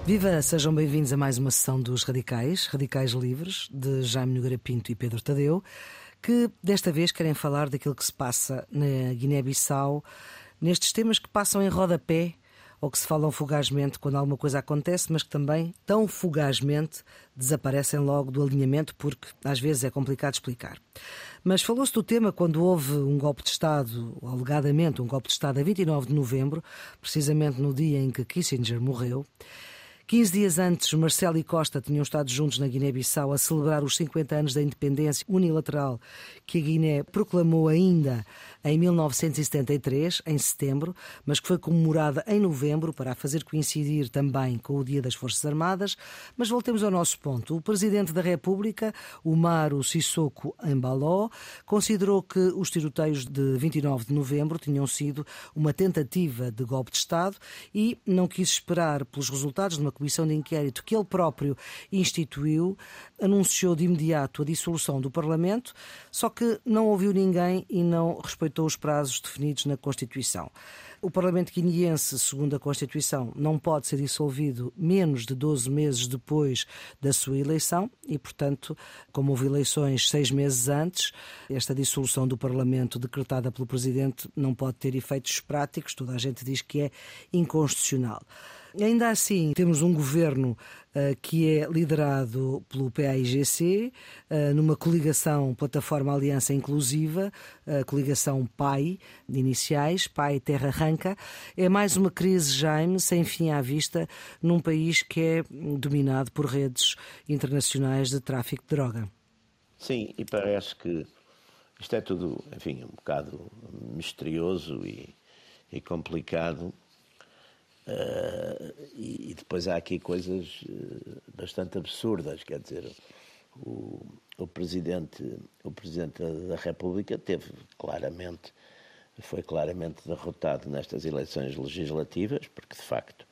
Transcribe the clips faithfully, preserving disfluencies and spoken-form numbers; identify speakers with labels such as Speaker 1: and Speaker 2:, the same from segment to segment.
Speaker 1: Viva, sejam bem-vindos a mais uma sessão dos Radicais, Radicais Livres, de Jaime Nogueira Pinto e Pedro Tadeu, que desta vez querem falar daquilo que se passa na Guiné-Bissau, nestes temas que passam em rodapé ou que se falam fugazmente quando alguma coisa acontece, mas que também, tão fugazmente, desaparecem logo do alinhamento, porque às vezes é complicado explicar. Mas falou-se do tema quando houve um golpe de Estado, ou alegadamente um golpe de Estado, a vinte e nove de novembro, precisamente no dia em que Kissinger morreu. quinze dias antes, Marcelo e Costa tinham estado juntos na Guiné-Bissau a celebrar os cinquenta anos da independência unilateral que a Guiné proclamou ainda em mil novecentos e setenta e três, em setembro, mas que foi comemorada em novembro para a fazer coincidir também com o Dia das Forças Armadas. Mas voltemos ao nosso ponto. O Presidente da República, Umaro Sissoko Embaló, considerou que os tiroteios de vinte e nove de novembro tinham sido uma tentativa de golpe de Estado e não quis esperar pelos resultados de uma comissão de inquérito que ele próprio instituiu. Anunciou de imediato a dissolução do Parlamento, só que não ouviu ninguém e não respeitou os prazos definidos na Constituição. O Parlamento guineense, segundo a Constituição, não pode ser dissolvido menos de doze meses depois da sua eleição e, portanto, como houve eleições seis meses antes, esta dissolução do Parlamento decretada pelo Presidente não pode ter efeitos práticos. Toda a gente diz que é inconstitucional. Ainda assim, temos um governo uh, que é liderado pelo P A I G C, uh, numa coligação Plataforma Aliança Inclusiva, uh, coligação P A I, de iniciais, P A I Terra Arranca. É mais uma crise, Jaime, sem fim à vista, num país que é dominado por redes internacionais de tráfico de droga.
Speaker 2: Sim, e parece que isto é tudo, enfim, um bocado misterioso e, e complicado. Uh, e, e depois há aqui coisas uh, bastante absurdas, quer dizer, o, o, presidente, o Presidente da República teve claramente, foi claramente derrotado nestas eleições legislativas, porque de facto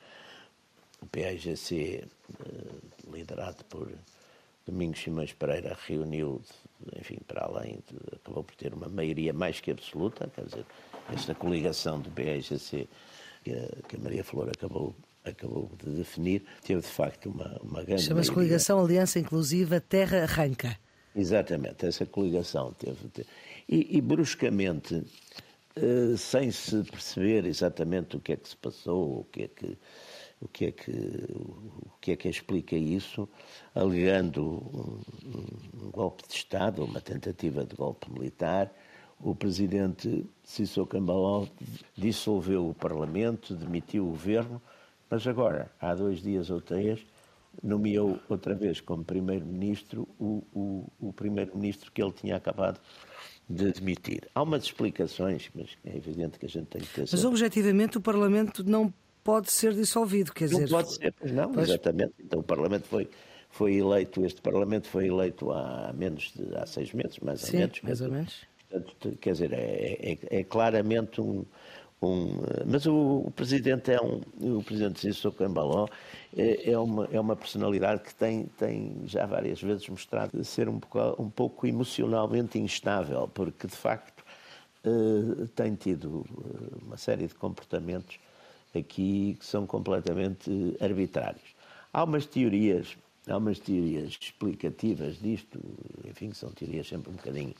Speaker 2: o P A I G C, uh, liderado por Domingos Simões Pereira, reuniu, enfim, para além, de, acabou por ter uma maioria mais que absoluta, quer dizer, esta coligação do P A I G C que a Maria Flor acabou, acabou de definir, teve de facto uma, uma grande
Speaker 1: Chama-se
Speaker 2: maioria.
Speaker 1: Coligação Aliança Inclusiva Terra Arranca.
Speaker 2: Exatamente, essa coligação teve... teve e, e bruscamente, uh, sem se perceber exatamente o que é que se passou, o que é que, o que, é que, o que, é que explica isso, alegando um, um golpe de Estado, uma tentativa de golpe militar, o Presidente Sissoko Embaló dissolveu o Parlamento, demitiu o Governo, mas agora, há dois dias ou três, nomeou outra vez como Primeiro-Ministro o, o, o Primeiro-Ministro que ele tinha acabado de demitir. Há umas explicações, mas é evidente que a gente tem que ter...
Speaker 1: Mas, sempre... objetivamente, o Parlamento não pode ser dissolvido, quer
Speaker 2: não
Speaker 1: dizer...
Speaker 2: Não pode ser, pois não, pois... exatamente. Então o Parlamento foi... Foi eleito, este Parlamento foi eleito há menos de, há seis meses, mais
Speaker 1: Sim,
Speaker 2: ou menos.
Speaker 1: mais ou menos.
Speaker 2: Portanto, quer dizer, é, é, é claramente um... um mas o, o Presidente é um... O Presidente Sissoko Embaló é, é, uma, é uma personalidade que tem, tem já várias vezes mostrado ser um pouco, um pouco emocionalmente instável, porque, de facto, uh, tem tido uma série de comportamentos aqui que são completamente arbitrários. Há umas teorias... Há umas teorias explicativas disto, enfim, que são teorias sempre um bocadinho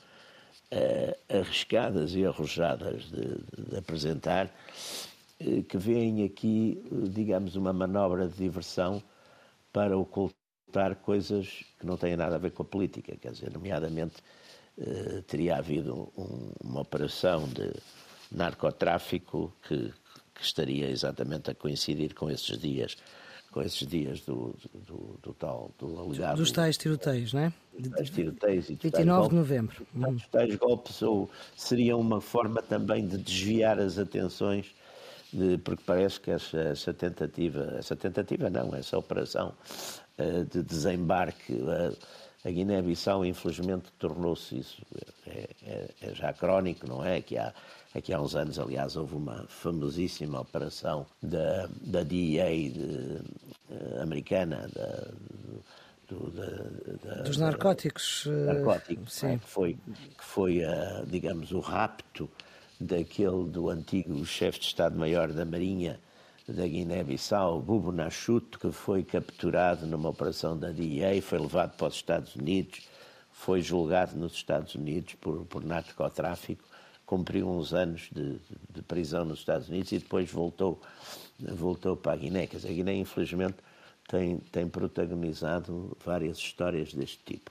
Speaker 2: uh, arriscadas e arrojadas de, de, de apresentar, uh, que veem aqui, uh, digamos, uma manobra de diversão para ocultar coisas que não têm nada a ver com a política. Quer dizer, nomeadamente, uh, teria havido um, uma operação de narcotráfico que, que estaria exatamente a coincidir com esses dias com esses dias do, do, do tal, do alegado...
Speaker 1: Dos tais tiroteios, não é?
Speaker 2: Dos tais tiroteios e dos
Speaker 1: vinte e nove de novembro.
Speaker 2: Os tais golpes ou seriam uma forma também de desviar as atenções, de, porque parece que essa, essa tentativa, essa tentativa não, essa operação uh, de desembarque, uh, a Guiné-Bissau infelizmente tornou-se isso, é, é, é já crónico, não é? Que há Aqui há uns anos, aliás, houve uma famosíssima operação da, da D E A de, uh, americana, da, do, da, da,
Speaker 1: dos narcóticos.
Speaker 2: Da, narcóticos,
Speaker 1: sim.
Speaker 2: É, que foi, que foi uh, digamos, o rapto daquele do antigo chefe de Estado-Maior da Marinha, da Guiné-Bissau, Bubu Nachut, que foi capturado numa operação da D E A, foi levado para os Estados Unidos, foi julgado nos Estados Unidos por, por narcotráfico, cumpriu uns anos de, de prisão nos Estados Unidos e depois voltou, voltou para a Guiné. Quer dizer, a Guiné, infelizmente, tem, tem protagonizado várias histórias deste tipo.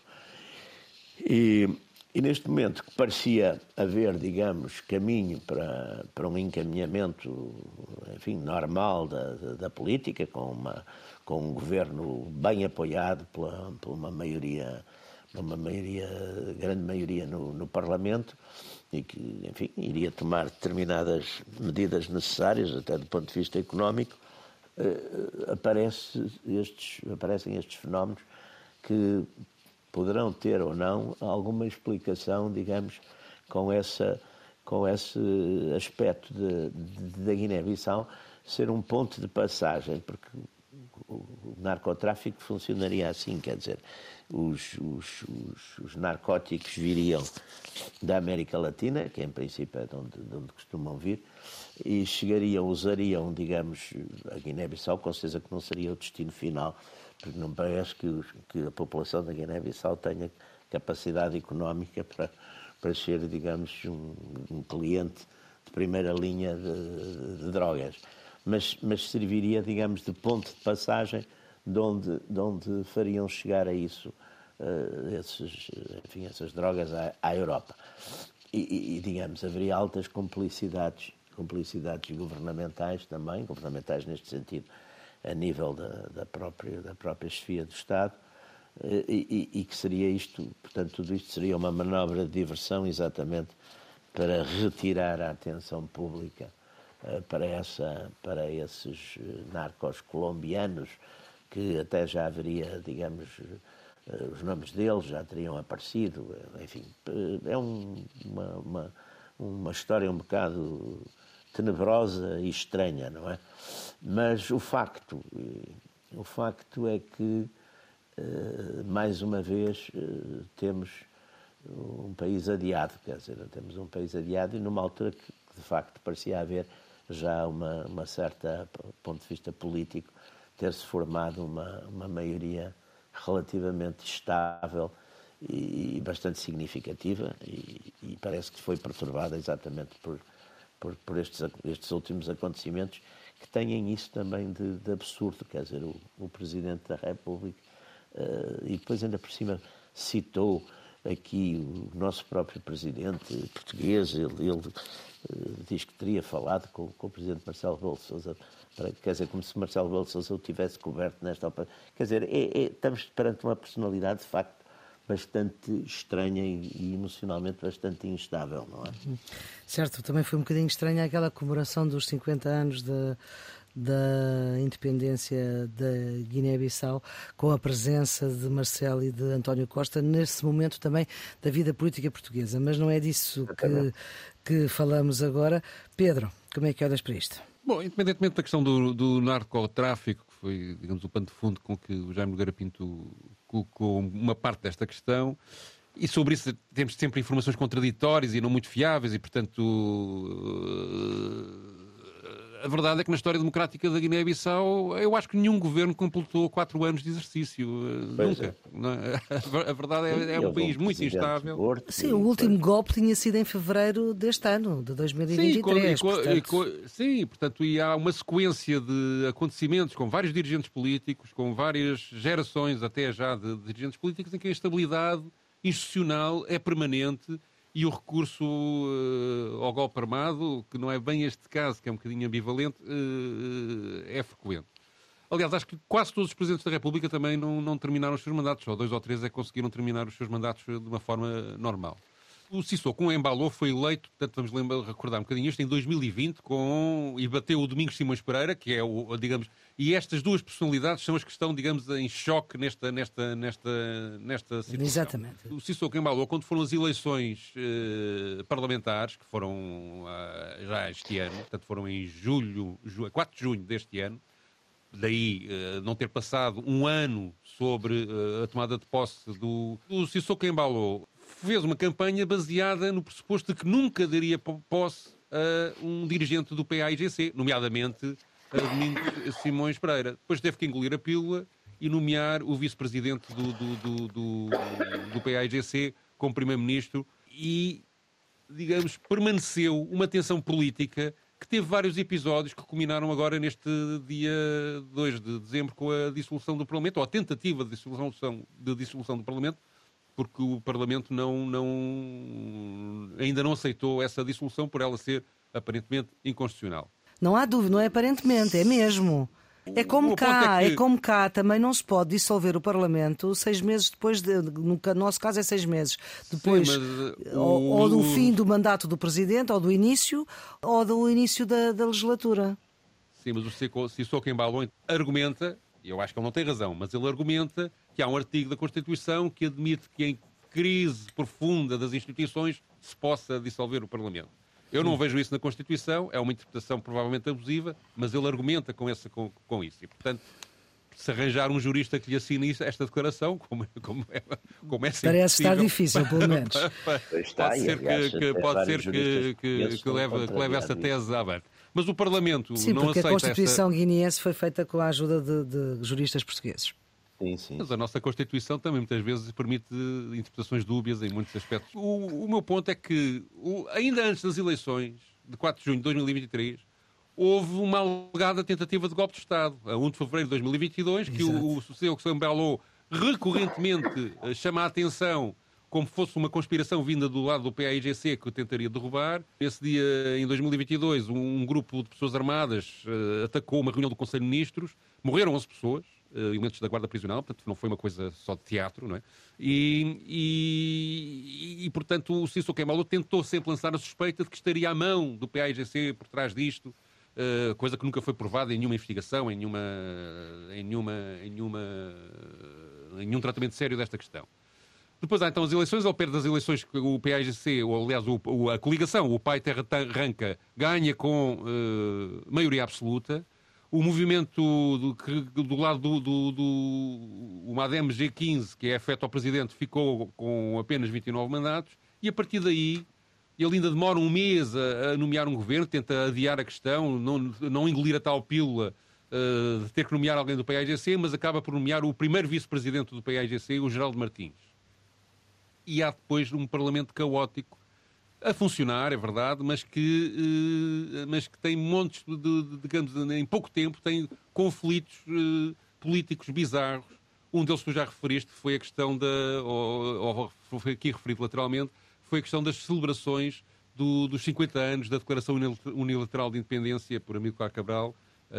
Speaker 2: E, e neste momento que parecia haver, digamos, caminho para, para um encaminhamento, enfim, normal da, da, da política, com, uma, com um governo bem apoiado pela, por uma maioria, uma maioria, grande maioria no, no Parlamento, e que, enfim, iria tomar determinadas medidas necessárias, até do ponto de vista económico, eh, aparece estes, aparecem estes fenómenos que poderão ter ou não alguma explicação, digamos, com, essa, com esse aspecto de, de, da Guiné-Bissau ser um ponto de passagem, porque o narcotráfico funcionaria assim, quer dizer, os, os, os, os narcóticos viriam da América Latina, que em princípio é de onde, de onde costumam vir, e chegariam, usariam, digamos, a Guiné-Bissau, com certeza que não seria o destino final, porque não parece que, os, que a população da Guiné-Bissau tenha capacidade económica para, para ser, digamos, um, um cliente de primeira linha de, de, de drogas. Mas, mas serviria, digamos, de ponto de passagem de onde, de onde fariam chegar a isso, uh, esses, enfim, essas drogas à, à Europa. E, e, digamos, haveria altas complicidades, complicidades governamentais também, governamentais neste sentido, a nível da, da, própria, da própria chefia do Estado, e, e, e que seria isto, portanto, tudo isto seria uma manobra de diversão exatamente para retirar a atenção pública para, essa, para esses narcos colombianos, que até já haveria, digamos, os nomes deles já teriam aparecido, enfim, é um, uma, uma, uma história um bocado tenebrosa e estranha, não é? Mas o facto, o facto é que, mais uma vez, temos um país adiado, quer dizer, temos um país adiado e numa altura que, de facto, parecia haver já uma, uma certa, do ponto de vista político, ter-se formado uma, uma maioria relativamente estável e, e bastante significativa e, e parece que foi perturbada exatamente por, por, por estes, estes últimos acontecimentos que têm isso também de, de absurdo, quer dizer, o, o Presidente da República uh, e depois ainda por cima citou aqui o nosso próprio Presidente português, ele, ele uh, diz que teria falado com, com o Presidente Marcelo Rebelo de Sousa, quer dizer, como se Marcelo Rebelo de Sousa o tivesse coberto nesta operação. Quer dizer, é, é, estamos perante uma personalidade, de facto, bastante estranha e, e emocionalmente bastante instável, não é?
Speaker 1: Certo, também foi um bocadinho estranha aquela comemoração dos cinquenta anos de, da independência da Guiné-Bissau, com a presença de Marcelo e de António Costa, nesse momento também da vida política portuguesa. Mas não é disso que, que falamos agora. Pedro, como é que olhas para isto?
Speaker 3: Bom, independentemente da questão do, do narcotráfico, que foi, digamos, o pano de fundo com que o Jaime Nogueira Pinto colocou uma parte desta questão, e sobre isso temos sempre informações contraditórias e não muito fiáveis, e, portanto, a verdade é que na história democrática da Guiné-Bissau, eu acho que nenhum governo completou quatro anos de exercício. Pois Nunca. É. A verdade é, é um país muito instável.
Speaker 1: Porto, sim, o último foi... golpe tinha sido em fevereiro deste ano, de dois mil e vinte e três.
Speaker 3: Sim, portanto... E com, sim, portanto, e há uma sequência de acontecimentos com vários dirigentes políticos, com várias gerações até já de dirigentes políticos, em que a instabilidade institucional é permanente. E o recurso uh, ao golpe armado, que não é bem este caso, que é um bocadinho ambivalente, uh, é frequente. Aliás, acho que quase todos os Presidentes da República também não, não terminaram os seus mandatos. Só dois ou três é que conseguiram terminar os seus mandatos de uma forma normal. O Sissoko Embaló foi eleito, portanto vamos lembrar, recordar um bocadinho isto, em dois mil e vinte, com, e bateu o Domingos Simões Pereira, que é o, digamos, e estas duas personalidades são as que estão, digamos, em choque nesta, nesta, nesta, nesta situação.
Speaker 1: Exatamente.
Speaker 3: O Sissoko Embaló, quando foram as eleições eh, parlamentares, que foram ah, já este ano, portanto foram em julho, ju, quatro de junho deste ano, daí eh, não ter passado um ano sobre eh, a tomada de posse do, do Sissoko Embaló, fez uma campanha baseada no pressuposto de que nunca daria posse a um dirigente do P A I G C, nomeadamente a Domingos Simões Pereira. Depois teve que engolir a pílula e nomear o vice-presidente do, do, do, do, do P A I G C como primeiro-ministro e, digamos, permaneceu uma tensão política que teve vários episódios que culminaram agora neste dia dois de dezembro com a dissolução do Parlamento, ou a tentativa de dissolução, de dissolução do Parlamento, porque o Parlamento não, não, ainda não aceitou essa dissolução por ela ser aparentemente inconstitucional.
Speaker 1: Não há dúvida, não é aparentemente, é mesmo. É como cá, é, que... é como cá, também não se pode dissolver o Parlamento seis meses depois, de, no nosso caso é seis meses, depois Sim, mas, ou, o... ou do fim do mandato do Presidente, ou do início, ou do início da, da legislatura.
Speaker 3: Sim, mas o Sissoko Embaló argumenta, e eu acho que ele não tem razão, mas ele argumenta que há um artigo da Constituição que admite que em crise profunda das instituições se possa dissolver o Parlamento. Eu não vejo isso na Constituição, é uma interpretação provavelmente abusiva, mas ele argumenta com, essa, com, com isso. E, portanto, se arranjar um jurista que lhe assine esta declaração, como, como é, como é
Speaker 1: parece estar difícil, pelo menos.
Speaker 3: Pode ser que, que, pode ser que, que, que, leve, que leve essa tese avante. Mas o Parlamento
Speaker 1: Sim,
Speaker 3: não aceita
Speaker 1: esta... Sim, porque a Constituição
Speaker 3: esta...
Speaker 1: guineense foi feita com a ajuda de, de juristas portugueses.
Speaker 2: Sim, sim.
Speaker 3: Mas a nossa Constituição também muitas vezes permite interpretações dúbias em muitos aspectos. O, o meu ponto é que, o, ainda antes das eleições de quatro de junho de dois mil e vinte e três, houve uma alegada tentativa de golpe de Estado, a primeiro de fevereiro de dois mil e vinte e dois, que Exato. o Sissoko Embaló recorrentemente chama a atenção como fosse uma conspiração vinda do lado do P A I G C que o tentaria derrubar. Esse dia, em dois mil e vinte e dois, um, um grupo de pessoas armadas uh, atacou uma reunião do Conselho de Ministros, morreram onze pessoas, Uh, elementos da Guarda Prisional, portanto não foi uma coisa só de teatro, não é? E, e, e portanto, o Sissoko Embaló tentou sempre lançar a suspeita de que estaria à mão do P A I G C por trás disto, uh, coisa que nunca foi provada em nenhuma investigação, em nenhuma, em nenhuma, em nenhuma, em nenhum tratamento sério desta questão. Depois há então as eleições, ao pé das eleições que o P A I G C, ou aliás o, o, a coligação, o P A I Terra Arranca, ganha com uh, maioria absoluta. O movimento do, do lado do, do, do o MADEM G quinze, que é afeto ao Presidente, ficou com apenas vinte e nove mandatos, e a partir daí ele ainda demora um mês a, a nomear um governo, tenta adiar a questão, não, não engolir a tal pílula uh, de ter que nomear alguém do P A I G C, mas acaba por nomear o primeiro vice-presidente do P A I G C, o Geraldo Martins. E há depois um parlamento caótico, a funcionar, é verdade, mas que, uh, mas que tem montes de, de, digamos, em pouco tempo, tem conflitos uh, políticos bizarros. Um deles que tu já referiste foi a questão da, ou, ou foi aqui referido lateralmente, foi a questão das celebrações do, dos cinquenta anos da Declaração Unilateral de Independência, por Amílcar Cabral,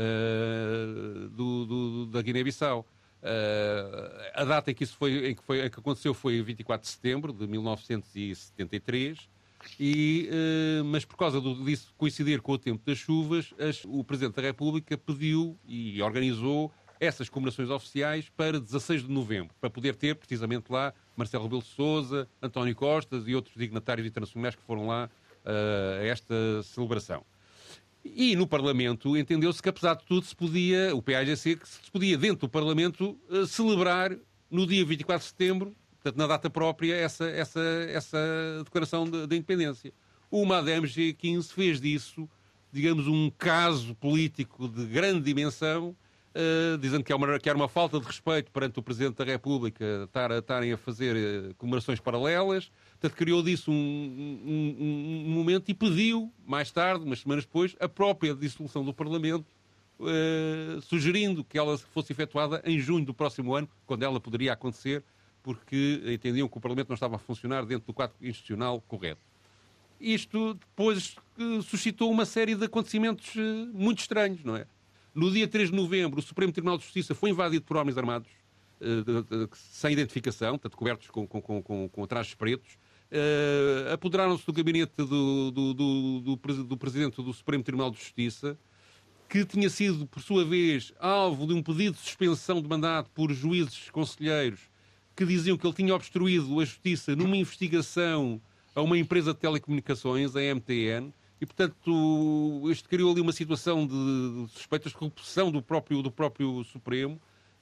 Speaker 3: uh, do, do, da Guiné-Bissau. Uh, a data em que isso foi, em que, foi, em que aconteceu foi vinte e quatro de setembro de mil novecentos e setenta e três. E, uh, mas por causa do, disso coincidir com o tempo das chuvas, as, o Presidente da República pediu e organizou essas comemorações oficiais para dezasseis de novembro, para poder ter precisamente lá Marcelo Rebelo de Sousa, António Costa e outros dignatários internacionais que foram lá uh, a esta celebração. E no Parlamento entendeu-se que, apesar de tudo, se podia, o P A I G C, que se podia, dentro do Parlamento, uh, celebrar no dia vinte e quatro de setembro, portanto, na data própria, essa, essa, essa declaração de, de independência. O MADEM G quinze fez disso, digamos, um caso político de grande dimensão, uh, dizendo que, é uma, que era uma falta de respeito perante o Presidente da República estar, estarem a fazer uh, comemorações paralelas. Portanto, criou disso um, um, um, um momento e pediu, mais tarde, umas semanas depois, a própria dissolução do Parlamento, uh, sugerindo que ela fosse efetuada em junho do próximo ano, quando ela poderia acontecer, porque entendiam que o Parlamento não estava a funcionar dentro do quadro institucional correto. Isto depois suscitou uma série de acontecimentos muito estranhos, não é? No dia três de novembro, o Supremo Tribunal de Justiça foi invadido por homens armados, sem identificação, portanto, cobertos com, com, com, com trajes pretos. Apoderaram-se do gabinete do, do, do, do, do Presidente do Supremo Tribunal de Justiça, que tinha sido, por sua vez, alvo de um pedido de suspensão de mandato por juízes conselheiros que diziam que ele tinha obstruído a justiça numa investigação a uma empresa de telecomunicações, a M T N, e, portanto, isto criou ali uma situação de suspeitas de corrupção do próprio, do próprio Supremo.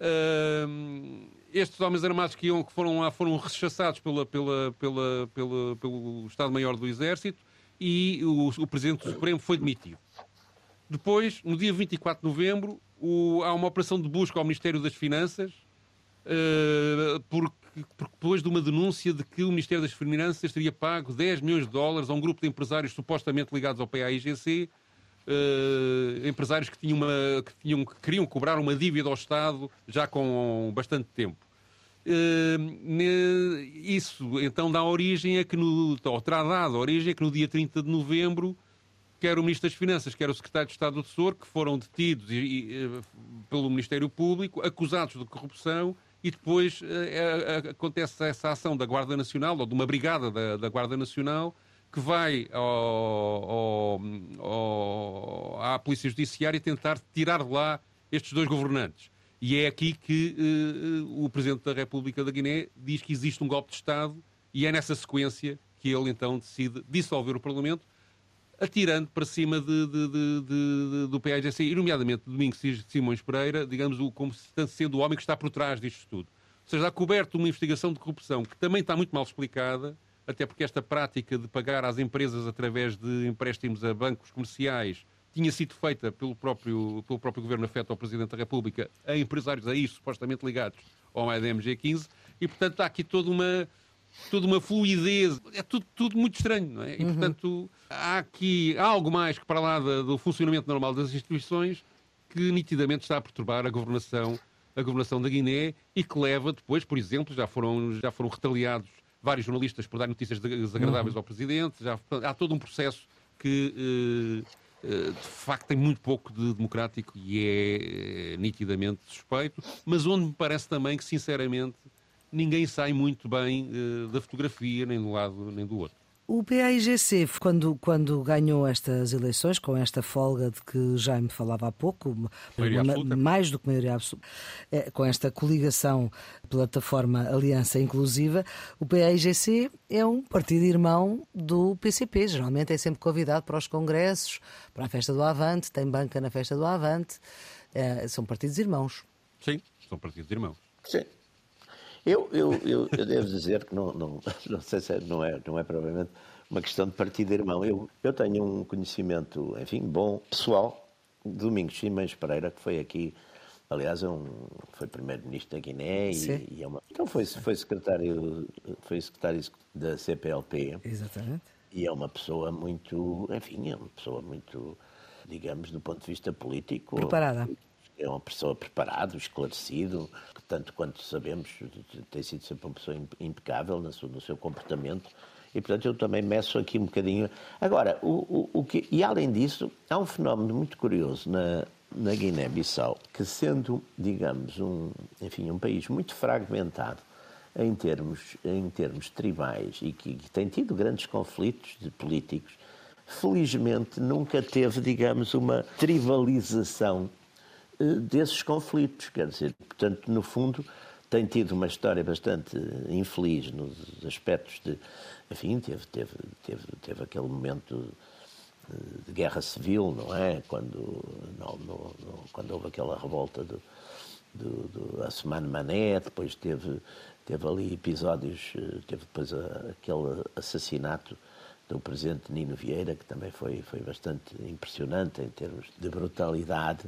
Speaker 3: Uh, estes homens armados que, iam, que foram lá foram rechaçados pela, pela, pela, pela, pelo Estado-Maior do Exército e o, o Presidente do Supremo foi demitido. Depois, no dia vinte e quatro de novembro, o, há uma operação de busca ao Ministério das Finanças, uh, porque, porque depois de uma denúncia de que o Ministério das Finanças teria pago dez milhões de dólares a um grupo de empresários supostamente ligados ao P A I G C, uh, empresários que, tinham uma, que, tinham, que queriam cobrar uma dívida ao Estado já com bastante tempo. Uh, isso então dá origem a que, no, ou terá dado origem a que no dia trinta de novembro, quer o Ministro das Finanças, quer o Secretário de Estado do Tesouro, que foram detidos e, e, pelo Ministério Público, acusados de corrupção, e depois é, é, acontece essa ação da Guarda Nacional, ou de uma brigada da, da Guarda Nacional, que vai ao, ao, ao, à Polícia Judiciária tentar tirar de lá estes dois governantes. E é aqui que uh, o Presidente da República da Guiné diz que existe um golpe de Estado, e é nessa sequência que ele então decide dissolver o Parlamento, atirando para cima de, de, de, de, do P A I G C, e nomeadamente Domingos Simões Pereira, digamos, como sendo o homem que está por trás disto tudo. Ou seja, há coberto uma investigação de corrupção que também está muito mal explicada, até porque esta prática de pagar às empresas através de empréstimos a bancos comerciais tinha sido feita pelo próprio, pelo próprio governo afeto ao Presidente da República a empresários aí supostamente ligados ao A D M G quinze, e portanto há aqui toda uma... toda uma fluidez, é tudo, tudo muito estranho, não é? E,
Speaker 1: uhum.
Speaker 3: portanto, há aqui algo mais que para lá do funcionamento normal das instituições que nitidamente está a perturbar a governação, a governação da Guiné, e que leva depois, por exemplo, já foram, já foram retaliados vários jornalistas por dar notícias desagradáveis uhum. ao Presidente, já, há todo um processo que, eh, eh, de facto, tem muito pouco de democrático e é eh, nitidamente suspeito, mas onde me parece também que, sinceramente, ninguém sai muito bem uh, da fotografia, nem do lado nem do outro.
Speaker 1: O P A I G C, quando, quando ganhou estas eleições, com esta folga de que Jaime falava há pouco, uma, mais do que maioria absoluta, é, com esta coligação, plataforma Aliança Inclusiva, o P A I G C é um partido irmão do P C P. Geralmente é sempre convidado para os congressos, para a festa do Avante, tem banca na festa do Avante. É, são partidos irmãos.
Speaker 3: Sim, são partidos irmãos.
Speaker 2: Sim. Eu, eu, eu, eu devo dizer que não, não, não sei se é, não, é, não é provavelmente uma questão de partido irmão. Eu, eu tenho um conhecimento, enfim, bom, pessoal, de Domingos Simões Pereira, que foi aqui, aliás, é um, foi primeiro-ministro da Guiné e, e é uma, então foi, foi, secretário, foi secretário da C P L P.
Speaker 1: Exatamente.
Speaker 2: E é uma pessoa muito, enfim, é uma pessoa muito, digamos, do ponto de vista político...
Speaker 1: Preparada.
Speaker 2: É uma pessoa preparada, esclarecido, que tanto quanto sabemos tem sido sempre uma pessoa impecável no seu, no seu comportamento, e portanto eu também meço aqui um bocadinho. Agora, o, o, o que, e além disso, há um fenómeno muito curioso na, na Guiné-Bissau, que sendo, digamos, um, enfim, um país muito fragmentado em termos, em termos tribais e que, que tem tido grandes conflitos de políticos, felizmente nunca teve, digamos, uma tribalização desses conflitos, quer dizer, portanto, no fundo, tem tido uma história bastante infeliz nos aspectos de, enfim, teve, teve, teve, teve aquele momento de guerra civil, não é? Quando, não, no, no, quando houve aquela revolta do, do, do Asmani Mané, depois teve, teve ali episódios, teve depois a, aquele assassinato do presidente Nino Vieira, que também foi, foi bastante impressionante em termos de brutalidade.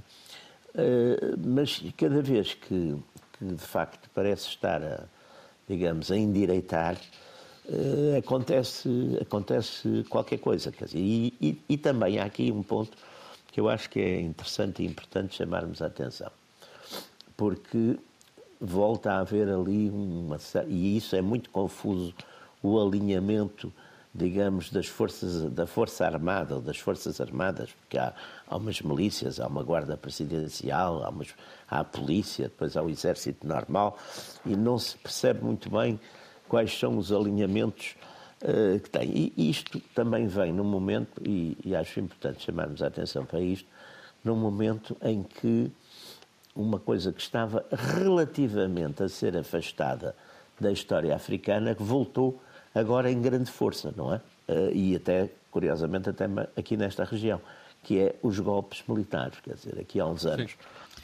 Speaker 2: Uh, mas cada vez que, que de facto parece estar a, digamos, a endireitar, uh, acontece, acontece qualquer coisa. Quer dizer, e, e, e também há aqui um ponto que eu acho que é interessante e importante chamarmos a atenção, porque volta a haver ali uma... E isso é muito confuso, o alinhamento, digamos, das forças, da Força Armada ou das Forças Armadas, porque há, há umas milícias, há uma guarda presidencial, há, umas, há a polícia, depois há o exército normal, e não se percebe muito bem quais são os alinhamentos uh, que tem. E isto também vem num momento, e, e acho importante chamarmos a atenção para isto, num momento em que uma coisa que estava relativamente a ser afastada da história africana, que voltou agora em grande força, não é? E até, curiosamente, até aqui nesta região, que é os golpes militares, quer dizer, aqui há uns anos.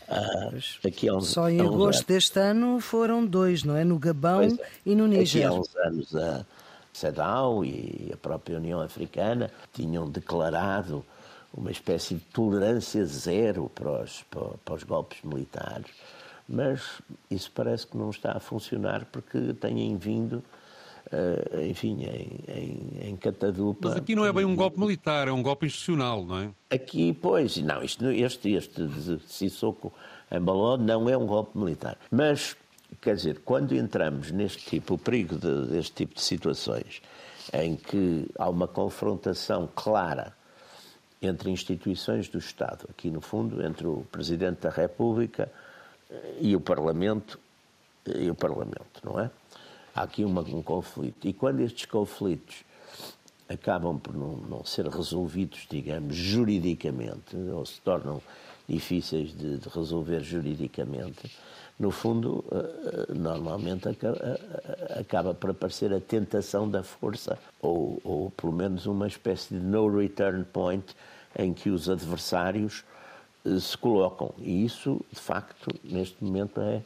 Speaker 2: Uh, aqui há uns,
Speaker 1: Só em agosto anos. deste ano foram dois, não é? No Gabão é, e no Níger.
Speaker 2: Aqui há uns anos a CEDAW e a própria União Africana tinham declarado uma espécie de tolerância zero para os, para, para os golpes militares, mas isso parece que não está a funcionar porque têm vindo, uh, enfim, em, em, em catadupa.
Speaker 3: Mas aqui não é bem um golpe militar, é um golpe institucional, não é?
Speaker 2: Aqui, pois, não, isto, este, este de Sissoko Embaló não é um golpe militar. Mas, quer dizer, quando entramos neste tipo, o perigo de, deste tipo de situações, em que há uma confrontação clara entre instituições do Estado, aqui no fundo, entre o Presidente da República e o Parlamento, e o Parlamento, não é? Há aqui uma, um conflito. E quando estes conflitos acabam por não, não ser resolvidos, digamos, juridicamente, ou se tornam difíceis de, de resolver juridicamente, no fundo, normalmente acaba por aparecer a tentação da força, ou, ou pelo menos uma espécie de no return point em que os adversários se colocam. E isso, de facto, neste momento é,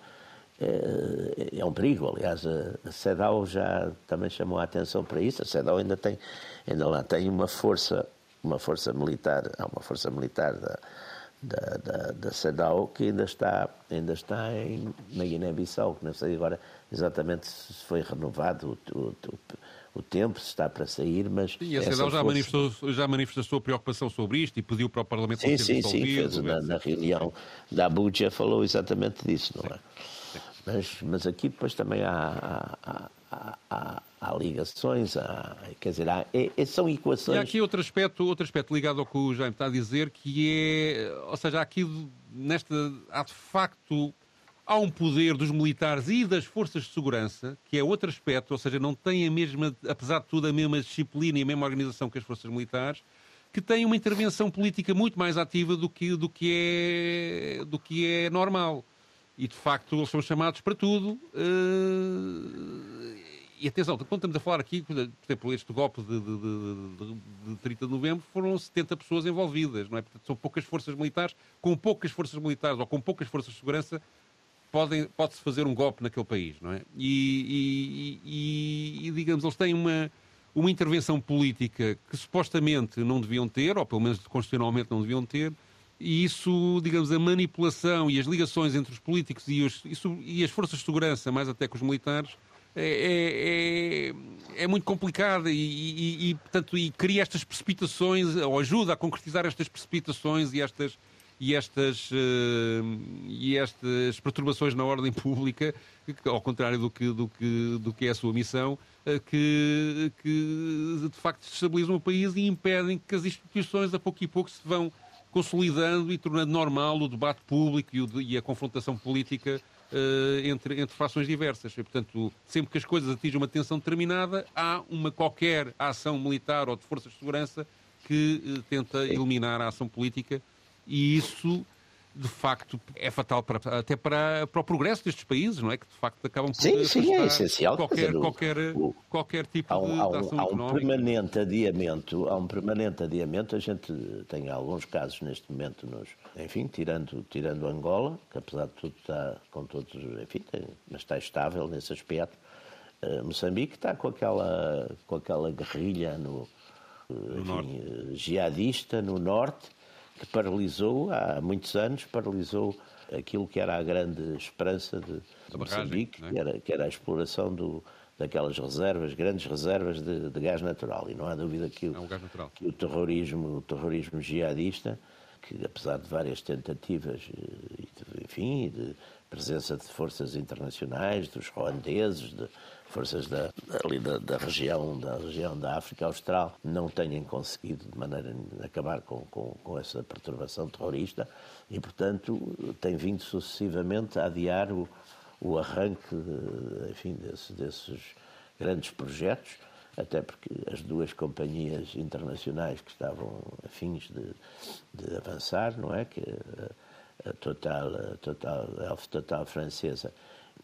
Speaker 2: é, é um perigo. Aliás, a CEDAW já também chamou a atenção para isso. A CEDAW ainda tem, ainda lá tem uma força, uma força militar, há uma força militar da Da, da, da CEDAW, que ainda está, ainda está em, na Guiné-Bissau, que não sei agora exatamente se foi renovado o, o, o, o tempo, se está para sair, mas...
Speaker 3: E a CEDAW já, força... manifestou, já manifestou a sua preocupação sobre isto e pediu para o Parlamento
Speaker 2: sim,
Speaker 3: ser
Speaker 2: sim,
Speaker 3: dissolvido.
Speaker 2: Sim, fez na, na reunião da Abuja, falou exatamente disso, não é? Mas, mas aqui depois também há, há, há, há, há ligações, há, quer dizer, há, é, são equações...
Speaker 3: E há aqui outro aspecto, outro aspecto ligado ao que o Jaime está a dizer, que é, ou seja, há aqui nesta, há de facto, há um poder dos militares e das forças de segurança, que é outro aspecto, ou seja, não têm a mesma, apesar de tudo, a mesma disciplina e a mesma organização que as forças militares, que têm uma intervenção política muito mais ativa do que, do que, é, do que é normal. E, de facto, eles são chamados para tudo. Uh... E atenção, quando estamos a falar aqui, por exemplo, este golpe de, de, de, de trinta de novembro, foram setenta pessoas envolvidas, não é? Portanto, são poucas forças militares. Com poucas forças militares ou com poucas forças de segurança, podem, pode-se fazer um golpe naquele país, não é? E, e, e, e digamos, eles têm uma, uma intervenção política que supostamente não deviam ter, ou pelo menos constitucionalmente não deviam ter. E isso, digamos, a manipulação e as ligações entre os políticos e, os, e as forças de segurança, mais até que os militares, é, é, é muito complicada e, e, e, portanto, e cria estas precipitações, ou ajuda a concretizar estas precipitações e estas, e estas, uh, e estas perturbações na ordem pública, que, ao contrário do que, do, que, do que é a sua missão, uh, que, que de facto desestabilizam o país e impedem que as instituições a pouco e pouco se vão consolidando e tornando normal o debate público e, o, e a confrontação política uh, entre, entre fações diversas. E, portanto, sempre que as coisas atingem uma tensão determinada, há uma qualquer ação militar ou de forças de segurança que uh, tenta eliminar a ação política, e isso, de facto, é fatal para, até para, para o progresso destes países, não é? Que, de facto, acabam por
Speaker 2: sim, sim, é essencial.
Speaker 3: Qualquer,
Speaker 2: dizer,
Speaker 3: qualquer,
Speaker 2: o,
Speaker 3: qualquer tipo
Speaker 2: há um,
Speaker 3: de,
Speaker 2: há um,
Speaker 3: de ação
Speaker 2: há um
Speaker 3: económica.
Speaker 2: Permanente adiamento, há um permanente adiamento. A gente tem alguns casos neste momento, nos, enfim, tirando, tirando Angola, que apesar de tudo está com todos, enfim, tem, mas está estável nesse aspecto. Uh, Moçambique está com aquela, com aquela guerrilha no,
Speaker 3: no
Speaker 2: enfim, jihadista no norte, que paralisou, há muitos anos, paralisou aquilo que era a grande esperança de, de Moçambique, barragem, é? que, era, que era a exploração do, daquelas reservas, grandes reservas de, de gás natural. E não há dúvida que o,
Speaker 3: é um
Speaker 2: que o terrorismo, o terrorismo jihadista, que apesar de várias tentativas, e de, enfim, de presença de forças internacionais, dos ruandeses, de forças da, ali da, da, região, da região da África Austral, não tenham conseguido de maneira a acabar com, com, com essa perturbação terrorista e, portanto, tem vindo sucessivamente a adiar o, o arranque, enfim, desse, desses grandes projetos, até porque as duas companhias internacionais que estavam a fins de, de avançar, não é? Que a, a Total, a Total, a Alfa Total francesa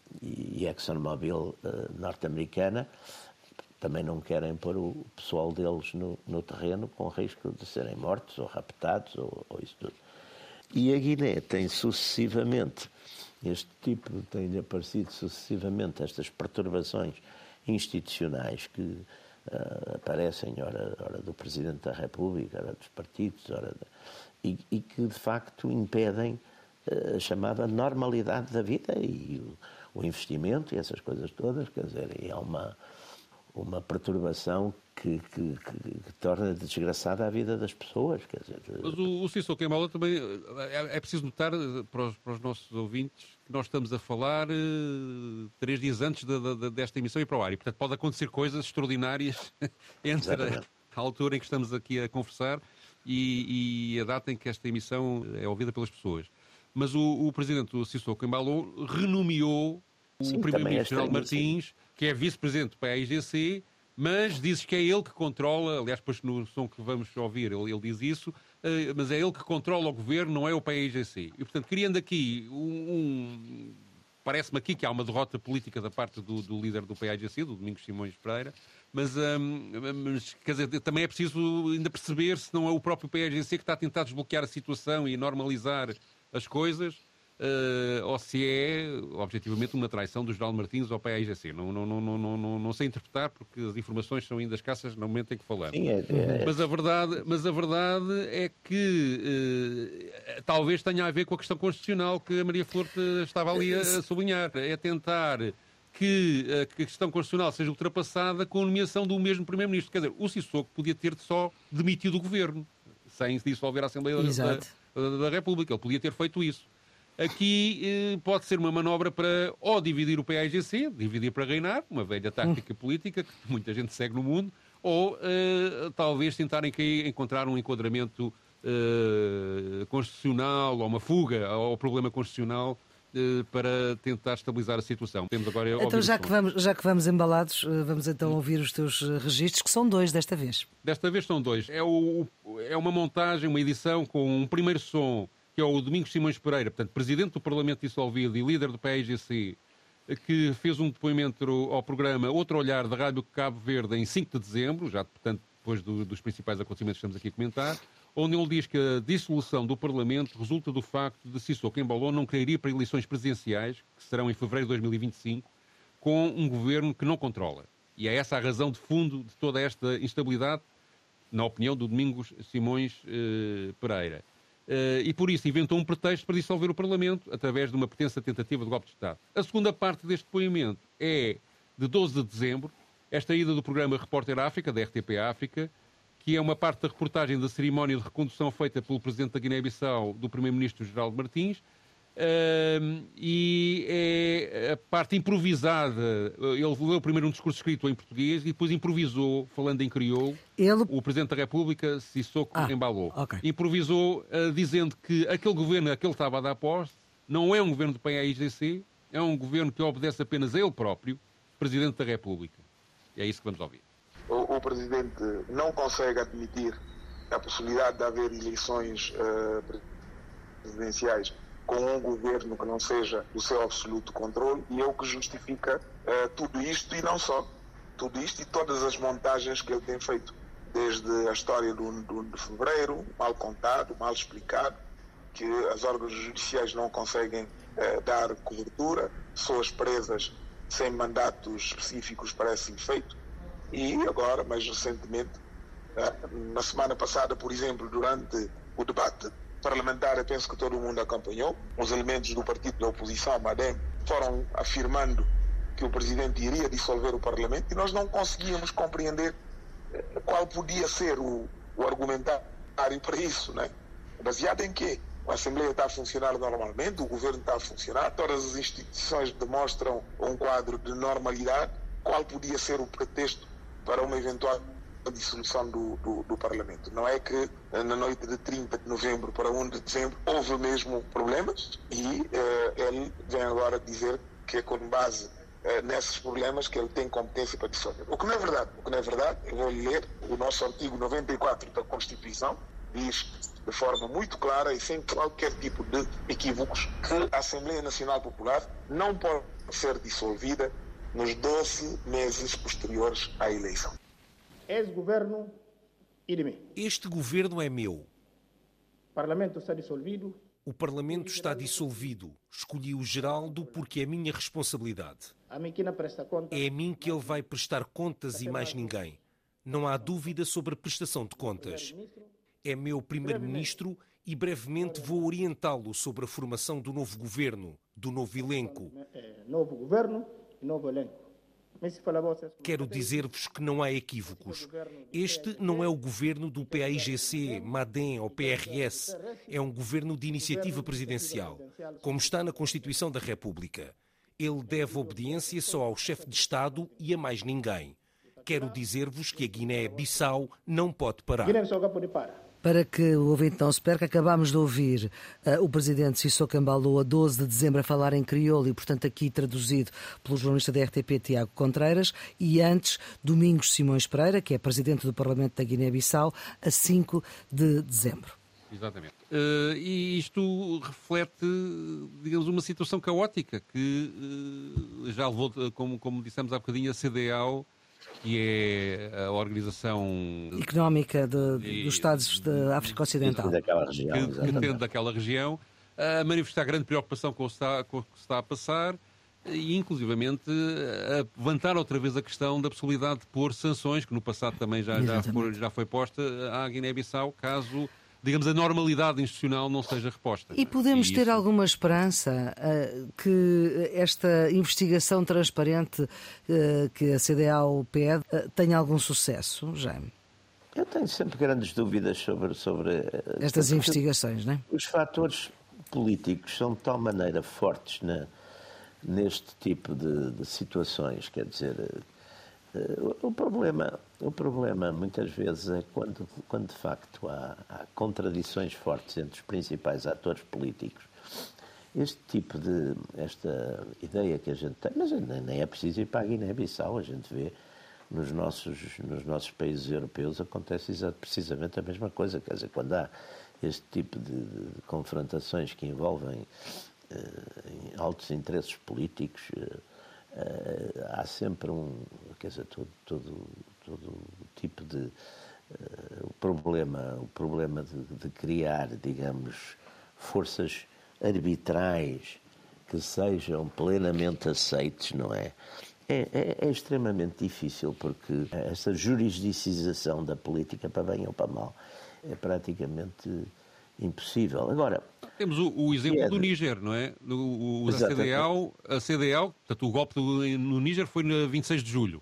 Speaker 2: e ExxonMobil uh, norte-americana, também não querem pôr o pessoal deles no, no terreno com risco de serem mortos ou raptados ou, ou isso tudo. E a Guiné tem sucessivamente, este tipo tem aparecido sucessivamente estas perturbações institucionais que uh, aparecem, ora, ora do Presidente da República, ora dos partidos, ora de, e, e que, de facto, impedem uh, a chamada normalidade da vida e o, o investimento e essas coisas todas, quer dizer, é uma, uma perturbação que, que, que, que torna desgraçada a vida das pessoas, quer dizer...
Speaker 3: Mas o, o Sissoko Embalo também, é, é preciso notar para os, para os nossos ouvintes que nós estamos a falar uh, três dias antes de, de, desta emissão e para o ar, e portanto pode acontecer coisas extraordinárias entre a, a altura em que estamos aqui a conversar e, e a data em que esta emissão é ouvida pelas pessoas. Mas o, o presidente do Sissoko Embalo renomeou
Speaker 2: Sim,
Speaker 3: o primeiro-ministro
Speaker 2: é
Speaker 3: Geraldo Martins, que é vice-presidente do P A I G C, mas diz que é ele que controla, aliás, depois no som que vamos ouvir ele, ele diz isso, uh, mas é ele que controla o governo, não é o P A I G C. E, portanto, criando aqui um... um parece-me aqui que há uma derrota política da parte do, do líder do P A I G C, do Domingos Simões Pereira, mas, um, mas quer dizer, também é preciso ainda perceber se não é o próprio P A I G C que está a tentar desbloquear a situação e normalizar as coisas, Uh, ou se é, objetivamente, uma traição do Geraldo Martins ao P A I G C. Não, não, não, não, não, não sei interpretar, porque as informações são ainda escassas no momento em que falamos.
Speaker 2: Sim, é, é,
Speaker 3: mas, a verdade, mas a verdade é que uh, talvez tenha a ver com a questão constitucional que a Maria Flor estava ali a, a sublinhar. É tentar que a questão constitucional seja ultrapassada com a nomeação do mesmo Primeiro-Ministro. Quer dizer, o Sissoko podia ter só demitido o governo, sem dissolver a Assembleia da, da, da República. Ele podia ter feito isso. Aqui eh, pode ser uma manobra para ou dividir o P A I G C, dividir para reinar, uma velha tática política que muita gente segue no mundo, ou eh, talvez tentarem que encontrar um enquadramento eh, constitucional ou uma fuga ao problema constitucional eh, para tentar estabilizar a situação. Temos agora
Speaker 1: então, já que, vamos, já que vamos embalados, vamos então ouvir os teus registros, que são dois desta vez.
Speaker 3: Desta vez são dois. É, o, é uma montagem, uma edição com um primeiro som, que é o Domingos Simões Pereira, portanto, presidente do Parlamento dissolvido e líder do P A I G C, que fez um depoimento ao programa Outro Olhar da Rádio Cabo Verde em cinco de dezembro, já, portanto, depois do, dos principais acontecimentos que estamos aqui a comentar, onde ele diz que a dissolução do Parlamento resulta do facto de Sissoko Embalo não querer ir para eleições presidenciais, que serão em fevereiro de dois mil e vinte e cinco, com um governo que não controla. E é essa a razão de fundo de toda esta instabilidade, na opinião do Domingos Simões eh, Pereira. Uh, e por isso inventou um pretexto para dissolver o Parlamento através de uma pretensa tentativa de golpe de Estado. A segunda parte deste depoimento é de doze de dezembro, esta ida do programa Repórter África, da R T P África, que é uma parte da reportagem da cerimónia de recondução feita pelo Presidente da Guiné-Bissau, do Primeiro-Ministro Geraldo Martins, uh, e é a parte improvisada. Ele leu primeiro um discurso escrito em português e depois improvisou, falando em crioulo, Ele... o Presidente da República, Sissoko ah, Embalo. Okay. Improvisou uh, dizendo que aquele governo a que ele estava a dar posse não é um governo do P A I G C, é um governo que obedece apenas a ele próprio, Presidente da República. E é isso que vamos ouvir.
Speaker 4: O, o Presidente não consegue admitir a possibilidade de haver eleições uh, presidenciais com um governo que não seja do seu absoluto controle, e é o que justifica uh, tudo isto, e não só. Tudo isto e todas as montagens que ele tem feito, desde a história do, do, de fevereiro, mal contado, mal explicado, que as órgãos judiciais não conseguem uh, dar cobertura, pessoas presas sem mandatos específicos para esse efeito, e agora, mais recentemente, uh, na semana passada, por exemplo, durante o debate parlamentar, eu penso que todo mundo acompanhou, os elementos do partido da oposição, Madem, foram afirmando que o Presidente iria dissolver o Parlamento, e nós não conseguíamos compreender qual podia ser o, o argumentário para isso, né? Baseado em quê? A Assembleia está a funcionar normalmente, o Governo está a funcionar, todas as instituições demonstram um quadro de normalidade. Qual podia ser o pretexto para uma eventual dissolução do, do, do Parlamento? Não é que na noite de trinta de novembro para um de dezembro houve mesmo problemas, e eh, ele vem agora dizer que é com base eh, nesses problemas que ele tem competência para dissolver. O que não é verdade. O que não é verdade, eu vou ler o nosso artigo noventa e quatro da Constituição, diz de forma muito clara e sem qualquer tipo de equívocos que a Assembleia Nacional Popular não pode ser dissolvida nos doze meses posteriores à eleição.
Speaker 5: Este governo é de mim.
Speaker 6: Este governo é meu.
Speaker 5: O Parlamento está dissolvido.
Speaker 6: O Parlamento está dissolvido. Escolhi o Geraldo porque é minha responsabilidade.
Speaker 5: A mim que não presta conta.
Speaker 6: É a mim que ele vai prestar contas e mais ninguém. Não há dúvida sobre a prestação de contas. É meu primeiro-ministro e brevemente vou orientá-lo sobre a formação do novo governo, do novo elenco.
Speaker 5: Novo governo e novo elenco.
Speaker 6: Quero dizer-vos que não há equívocos. Este não é o governo do P A I G C, MADEM ou P R S. É um governo de iniciativa presidencial, como está na Constituição da República. Ele deve obediência só ao chefe de Estado e a mais ninguém. Quero dizer-vos que a Guiné-Bissau não pode parar.
Speaker 1: Para que o ouvinte não se perca, acabámos de ouvir uh, o presidente Sissoko Embaló a doze de dezembro a falar em crioulo e, portanto, aqui traduzido pelo jornalista da R T P, Tiago Contreiras, e antes Domingos Simões Pereira, que é presidente do Parlamento da Guiné-Bissau, a cinco de dezembro.
Speaker 3: Exatamente. Uh, e isto reflete, digamos, uma situação caótica que uh, já levou, como, como dissemos há bocadinho, a C D A O, que é a organização
Speaker 1: económica de, de, dos Estados da África Ocidental,
Speaker 2: daquela região,
Speaker 3: que, que atende daquela região, a manifestar grande preocupação com o, está, com o que se está a passar e, inclusivamente, a levantar outra vez a questão da possibilidade de pôr sanções, que no passado também já, já, for, já foi posta à Guiné-Bissau, caso, digamos, a normalidade institucional não seja reposta.
Speaker 1: E podemos
Speaker 3: e
Speaker 1: ter
Speaker 3: isso...
Speaker 1: alguma esperança uh, que esta investigação transparente uh, que a C D A O pede uh, tenha algum sucesso, Jaime?
Speaker 2: Eu tenho sempre grandes dúvidas sobre... sobre
Speaker 1: estas
Speaker 2: sobre
Speaker 1: investigações, não é?
Speaker 2: Os fatores políticos são de tal maneira fortes na, neste tipo de, de situações, quer dizer... O problema, o problema muitas vezes é quando, quando de facto há, há contradições fortes entre os principais atores políticos. Este tipo de, esta ideia que a gente tem, mas nem é preciso ir para a Guiné-Bissau, a gente vê nos nossos, nos nossos países europeus acontece precisamente a mesma coisa, quer dizer, quando há este tipo de, de confrontações que envolvem uh, altos interesses políticos, uh, Uh, há sempre um, quer dizer, todo, todo, todo tipo de uh, o problema, o problema de, de criar, digamos, forças arbitrais que sejam plenamente aceites, não é? É, é, é extremamente difícil porque essa jurisdicização da política, para bem ou para mal, é praticamente impossível. Agora,
Speaker 3: temos o, o exemplo
Speaker 2: é
Speaker 3: do Níger, não é? O, o, a C D A O, a C D A O, portanto, o golpe do, no Níger foi no vinte e seis de julho.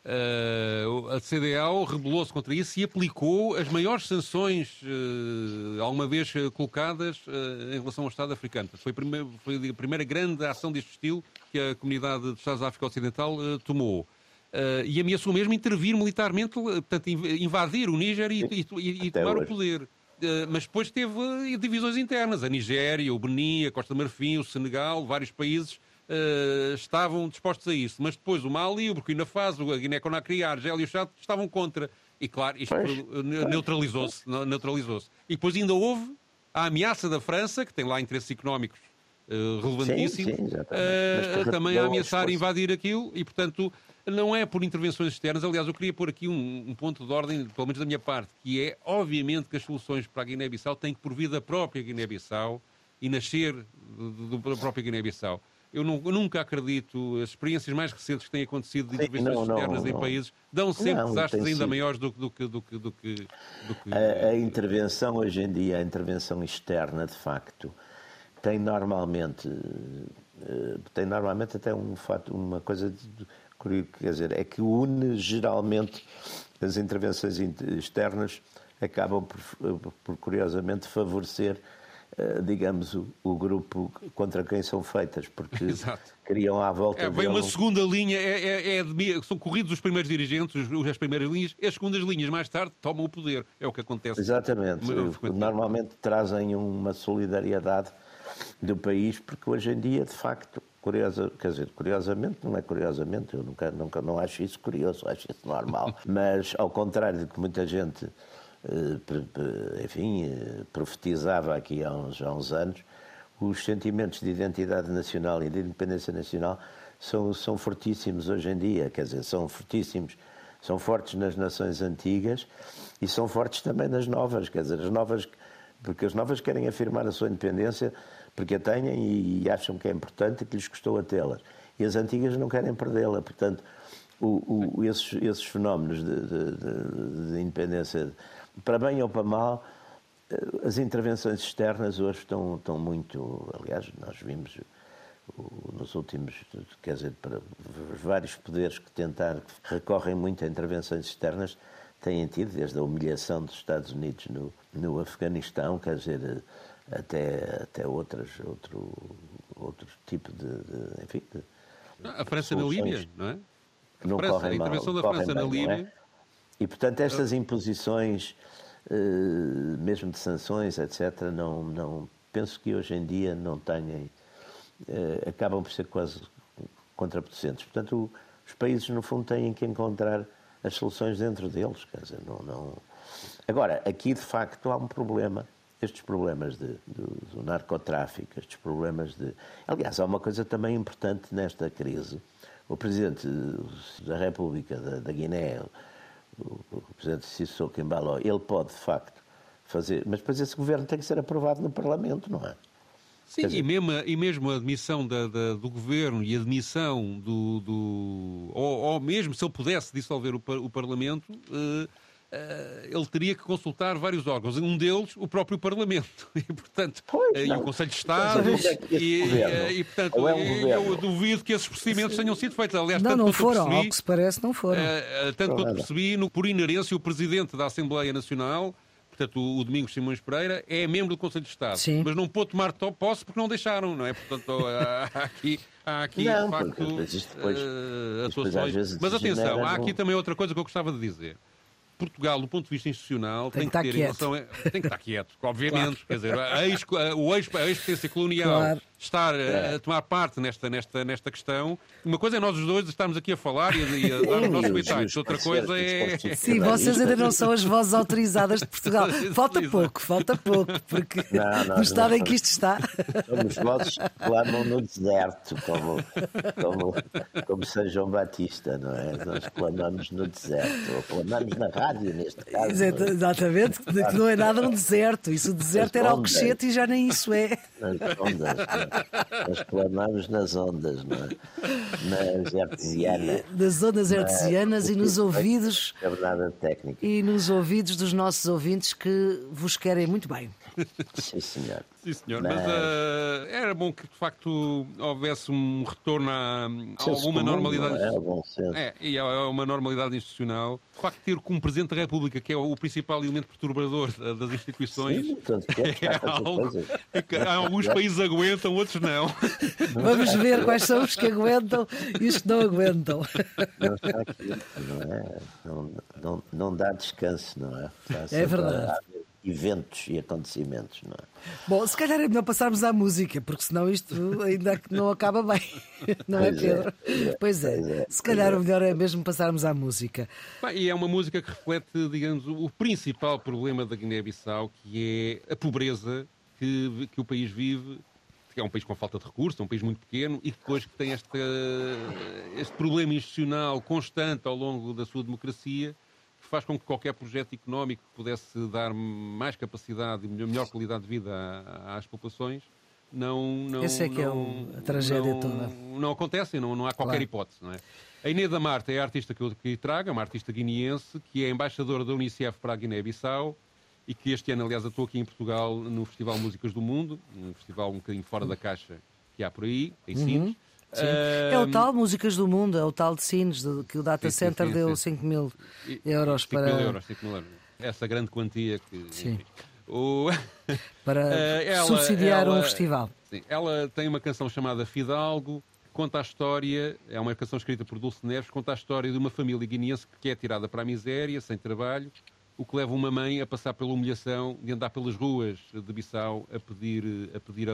Speaker 3: Uh, a C D A O rebelou-se contra isso e aplicou as maiores sanções uh, alguma vez colocadas uh, em relação ao Estado africano. Foi a, primeira, foi a primeira grande ação deste estilo que a comunidade dos Estados da África Ocidental uh, tomou. Uh, e ameaçou mesmo intervir militarmente, portanto, invadir o Níger e, e, e, e tomar o poder. Uh, mas depois teve uh, divisões internas. A Nigéria, o Benin, a Costa do Marfim, o Senegal, vários países uh, estavam dispostos a isso. Mas depois o Mali, o Burkina Faso, a Guiné-Conakry, a Argélia e o Chad estavam contra. E claro, isto uh, neutralizou-se, neutralizou-se. E depois ainda houve a ameaça da França, que tem lá interesses económicos uh, relevantíssimos, sim, sim, uh, também a ameaçar invadir aquilo e, portanto... Não é por intervenções externas. Aliás, eu queria pôr aqui um, um ponto de ordem, pelo menos da minha parte, que é, obviamente, que as soluções para a Guiné-Bissau têm que por vir da própria Guiné-Bissau e nascer da própria Guiné-Bissau. Eu, não, eu nunca acredito, as experiências mais recentes que têm acontecido de intervenções Sim, não, externas não, em não. países dão sempre não, desastres ainda sido. maiores do, do, do, do, do, do que... Do que
Speaker 2: a, a intervenção hoje em dia, a intervenção externa, de facto, tem normalmente, tem normalmente até um fato, uma coisa... De, quer dizer, é que une geralmente as intervenções externas acabam por, por curiosamente favorecer, digamos, o, o grupo contra quem são feitas, porque Exato. criam à volta
Speaker 3: é, vem uma segunda linha, é, é, é de, são corridos os primeiros dirigentes, os, as primeiras linhas, e as segundas linhas mais tarde tomam o poder, é o que acontece.
Speaker 2: Exatamente, normalmente trazem uma solidariedade do país, porque hoje em dia, de facto, curiosa, quer dizer, curiosamente, não é curiosamente, eu nunca, nunca não acho isso curioso, acho isso normal, mas ao contrário de que muita gente, enfim, profetizava aqui há uns, há uns anos, os sentimentos de identidade nacional e de independência nacional são, são fortíssimos hoje em dia, quer dizer, são fortíssimos, são fortes nas nações antigas e são fortes também nas novas, quer dizer, as novas, porque as novas querem afirmar a sua independência porque a têm e acham que é importante e que lhes custou a tê-las. E as antigas não querem perdê-la. Portanto, o, o, esses, esses fenómenos de, de, de, de independência, para bem ou para mal, as intervenções externas hoje estão, estão muito... Aliás, nós vimos nos últimos, quer dizer, para os vários poderes que tentaram, que recorrem muito a intervenções externas, têm tido, desde a humilhação dos Estados Unidos no, no Afeganistão, quer dizer, até, até outras, outro, outro tipo de, de enfim... De,
Speaker 3: a França na Líbia, não é?
Speaker 2: Que não
Speaker 3: França,
Speaker 2: correm
Speaker 3: a intervenção
Speaker 2: mal,
Speaker 3: da França
Speaker 2: bem,
Speaker 3: na Líbia...
Speaker 2: É? E, portanto, estas imposições, mesmo de sanções, etcétera, não, não, penso que hoje em dia não têm... acabam por ser quase contraproducentes. Portanto, os países, no fundo, têm que encontrar as soluções dentro deles. Quer dizer, não, não... Agora, aqui, de facto, há um problema. Estes problemas de, do, do narcotráfico, estes problemas de... Aliás, há uma coisa também importante nesta crise. O Presidente da República da, da Guiné, o, o Presidente Sissoko Embaló, ele pode, de facto, fazer... Mas depois esse governo tem que ser aprovado no Parlamento, não é?
Speaker 3: Sim, dizer... e, mesmo, e mesmo a admissão da, da, do governo e a admissão do... do ou, ou mesmo se ele pudesse dissolver o, o Parlamento... Uh... Uh, ele teria que consultar vários órgãos, um deles o próprio Parlamento, e portanto
Speaker 2: pois,
Speaker 3: uh, e o Conselho de Estado, e, uh, e portanto é um eu duvido que esses procedimentos tenham sido feitos. Aliás,
Speaker 1: não,
Speaker 3: tanto
Speaker 1: não foram,
Speaker 3: percebi,
Speaker 1: ao que se parece, não foram.
Speaker 3: Uh, tanto quanto percebi, no, por inerência, o Presidente da Assembleia Nacional, portanto o, o Domingos Simões Pereira, é membro do Conselho de Estado,
Speaker 1: Sim.
Speaker 3: mas não pôde tomar posse porque não deixaram, não é? Portanto, há aqui, há aqui
Speaker 2: não,
Speaker 3: de facto,
Speaker 2: depois,
Speaker 3: uh, atuações. Mas atenção, há aqui também outra coisa que eu gostava de dizer. Portugal, do ponto de vista institucional, tem, tem que, que ter relação a... tem que estar quieto, obviamente. Claro. Quer dizer, a ex, a, o ex, a ex-potência colonial claro. estar a, a tomar parte nesta, nesta, nesta questão. Uma coisa é nós os dois estarmos aqui a falar e a, e a dar os nossos comentários. Outra coisa é...
Speaker 1: Sim, vocês ainda não são as vozes autorizadas de Portugal. Falta pouco, falta pouco, porque não, não, no estado não, em que isto está...
Speaker 2: Somos vozes que clamam no deserto, como, como, como São João Batista, não é? Nós clamamos no deserto, ou clamamos na rádio, neste caso.
Speaker 1: Exatamente, que não é nada um deserto. Isso o deserto era Alcochete e já nem isso é.
Speaker 2: Nas ondas, não é? Nós clamamos nas ondas, não é? Nas hertzianas.
Speaker 1: Nas ondas hertzianas e nos ouvidos.
Speaker 2: Técnica.
Speaker 1: E nos ouvidos dos nossos ouvintes que vos querem muito bem.
Speaker 2: Sim, senhor.
Speaker 3: Sim, senhor. Mas, Mas uh, era bom que, de facto, houvesse um retorno a, a alguma normalidade.
Speaker 2: É, bom senso.
Speaker 3: É, e a uma normalidade institucional. De facto, ter como Presidente da República, que é o principal elemento perturbador das instituições,
Speaker 2: sim, que é,
Speaker 3: é algo que alguns países aguentam, outros não.
Speaker 1: Vamos ver quais são os que aguentam e os que não aguentam.
Speaker 2: Não está aqui, não é? Não, não, não dá descanso, não é?
Speaker 1: É verdade.
Speaker 2: Eventos e acontecimentos, não é?
Speaker 1: Bom, se calhar é melhor passarmos à música, porque senão isto ainda não acaba bem, não é, Pedro? Pois é, pois é. Se calhar o melhor é mesmo passarmos à música.
Speaker 3: Bem, e é uma música que reflete, digamos, o principal problema da Guiné-Bissau, que é a pobreza que, que o país vive, que é um país com falta de recursos, é um país muito pequeno, e depois que tem este, este problema institucional constante ao longo da sua democracia, que faz com que qualquer projeto económico que pudesse dar mais capacidade e melhor qualidade de vida às populações não... não
Speaker 1: Essa é que
Speaker 3: não,
Speaker 1: é a tragédia
Speaker 3: não,
Speaker 1: toda.
Speaker 3: Não acontece, não, não há qualquer claro. hipótese, não é? A Inês Marta é a artista que eu aqui trago, é uma artista guineense, que é embaixadora da Unicef para a Guiné-Bissau e que este ano, aliás, estou aqui em Portugal no Festival Músicas do Mundo, um festival um bocadinho fora da caixa que há por aí, em Sines. Uhum.
Speaker 1: Sim. Uh, é o tal Músicas do Mundo, é o tal de Sines, que o Data sim, Center sim, sim, deu cinco mil euros
Speaker 3: cinco
Speaker 1: para...
Speaker 3: mil euros, cinco mil euros. Essa grande quantia que...
Speaker 1: Sim.
Speaker 3: O...
Speaker 1: para uh, ela, subsidiar
Speaker 3: ela,
Speaker 1: um festival.
Speaker 3: Sim. Ela tem uma canção chamada Fidalgo, conta a história, é uma canção escrita por Dulce Neves, conta a história de uma família guineense que é tirada para a miséria, sem trabalho, o que leva uma mãe a passar pela humilhação de andar pelas ruas de Bissau a pedir, a pedir a, a,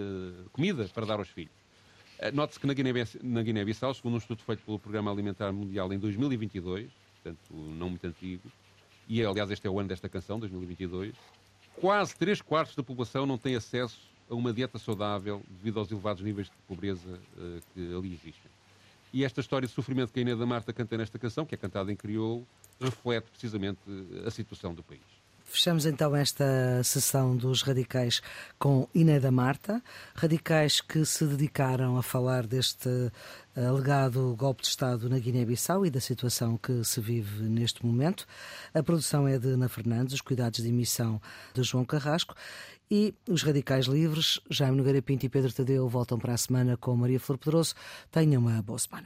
Speaker 3: a comida para dar aos filhos. Note-se que na Guiné-Bissau, na Guiné-Bissau, segundo um estudo feito pelo Programa Alimentar Mundial em dois mil e vinte e dois, portanto, não muito antigo, e aliás este é o ano desta canção, dois mil e vinte e dois, quase três quartos da população não tem acesso a uma dieta saudável devido aos elevados níveis de pobreza uh, que ali existem. E esta história de sofrimento que a Inês Marta canta nesta canção, que é cantada em crioulo, reflete precisamente a situação do país.
Speaker 1: Fechamos então esta sessão dos radicais com Inéda Marta, radicais que se dedicaram a falar deste alegado golpe de Estado na Guiné-Bissau e da situação que se vive neste momento. A produção é de Ana Fernandes, os cuidados de emissão de João Carrasco, e os radicais livres, Jaime Nogueira Pinto e Pedro Tadeu, voltam para a semana com Maria Flor Pedroso. Tenham uma boa semana.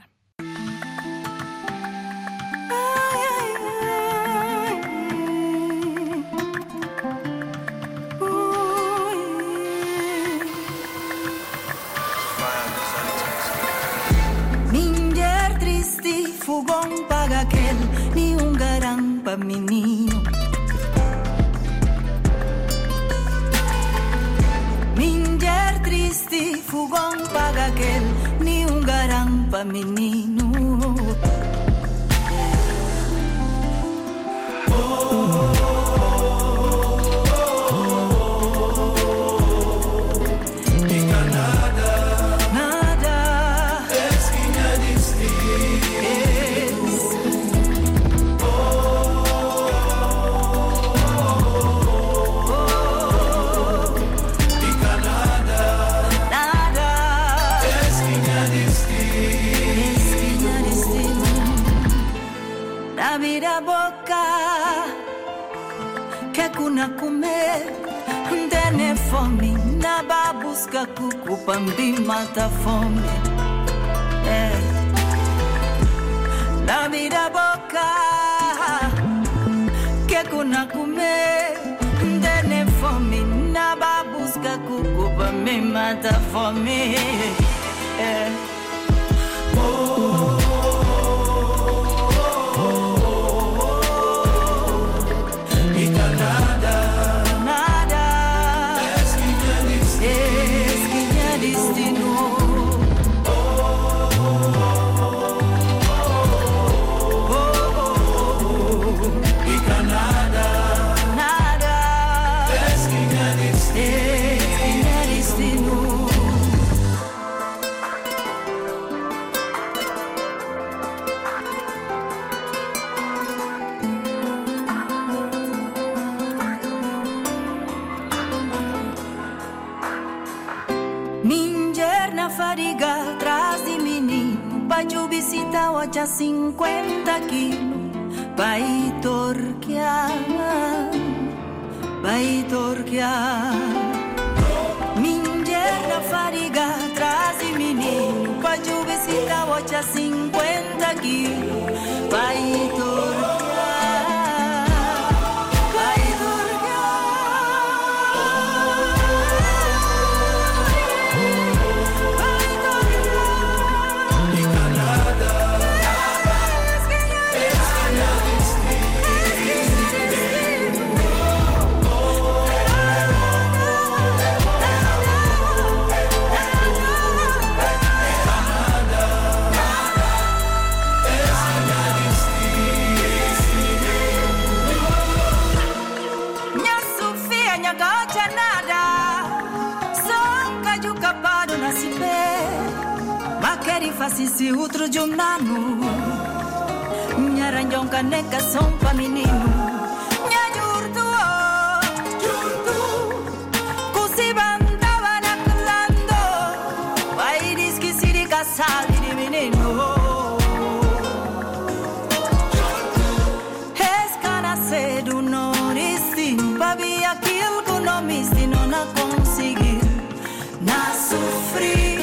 Speaker 7: Fogão paga aquele, ni um garampa menino. Minger triste, fogão paga aquele, ni um garampa menino. Abrir boca, que kuna comer, tem fome, na ba busca cucu, pambi mata fome. É. Abrir boca, que kuna comer, tem fome, na ba busca cucu, pambi mata fome. É. Oh. Minger na fariga, traz de menino, pra visita hoje a cinquenta quilos, vai torquear, vai torquear. Minger na fariga, traz de menino, pra visita hoje a cinquenta quilos, vai torquear. Faci outro de um nano, minha ranhão caneca são pra menino, minha jurto, jurto, cosi bandava na colando, vai diz que se de casal de menino, escana cedo no destino, babi aquilo que não me destino não conseguir, na sofrer.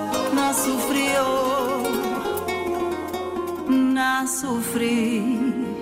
Speaker 7: Sofrer.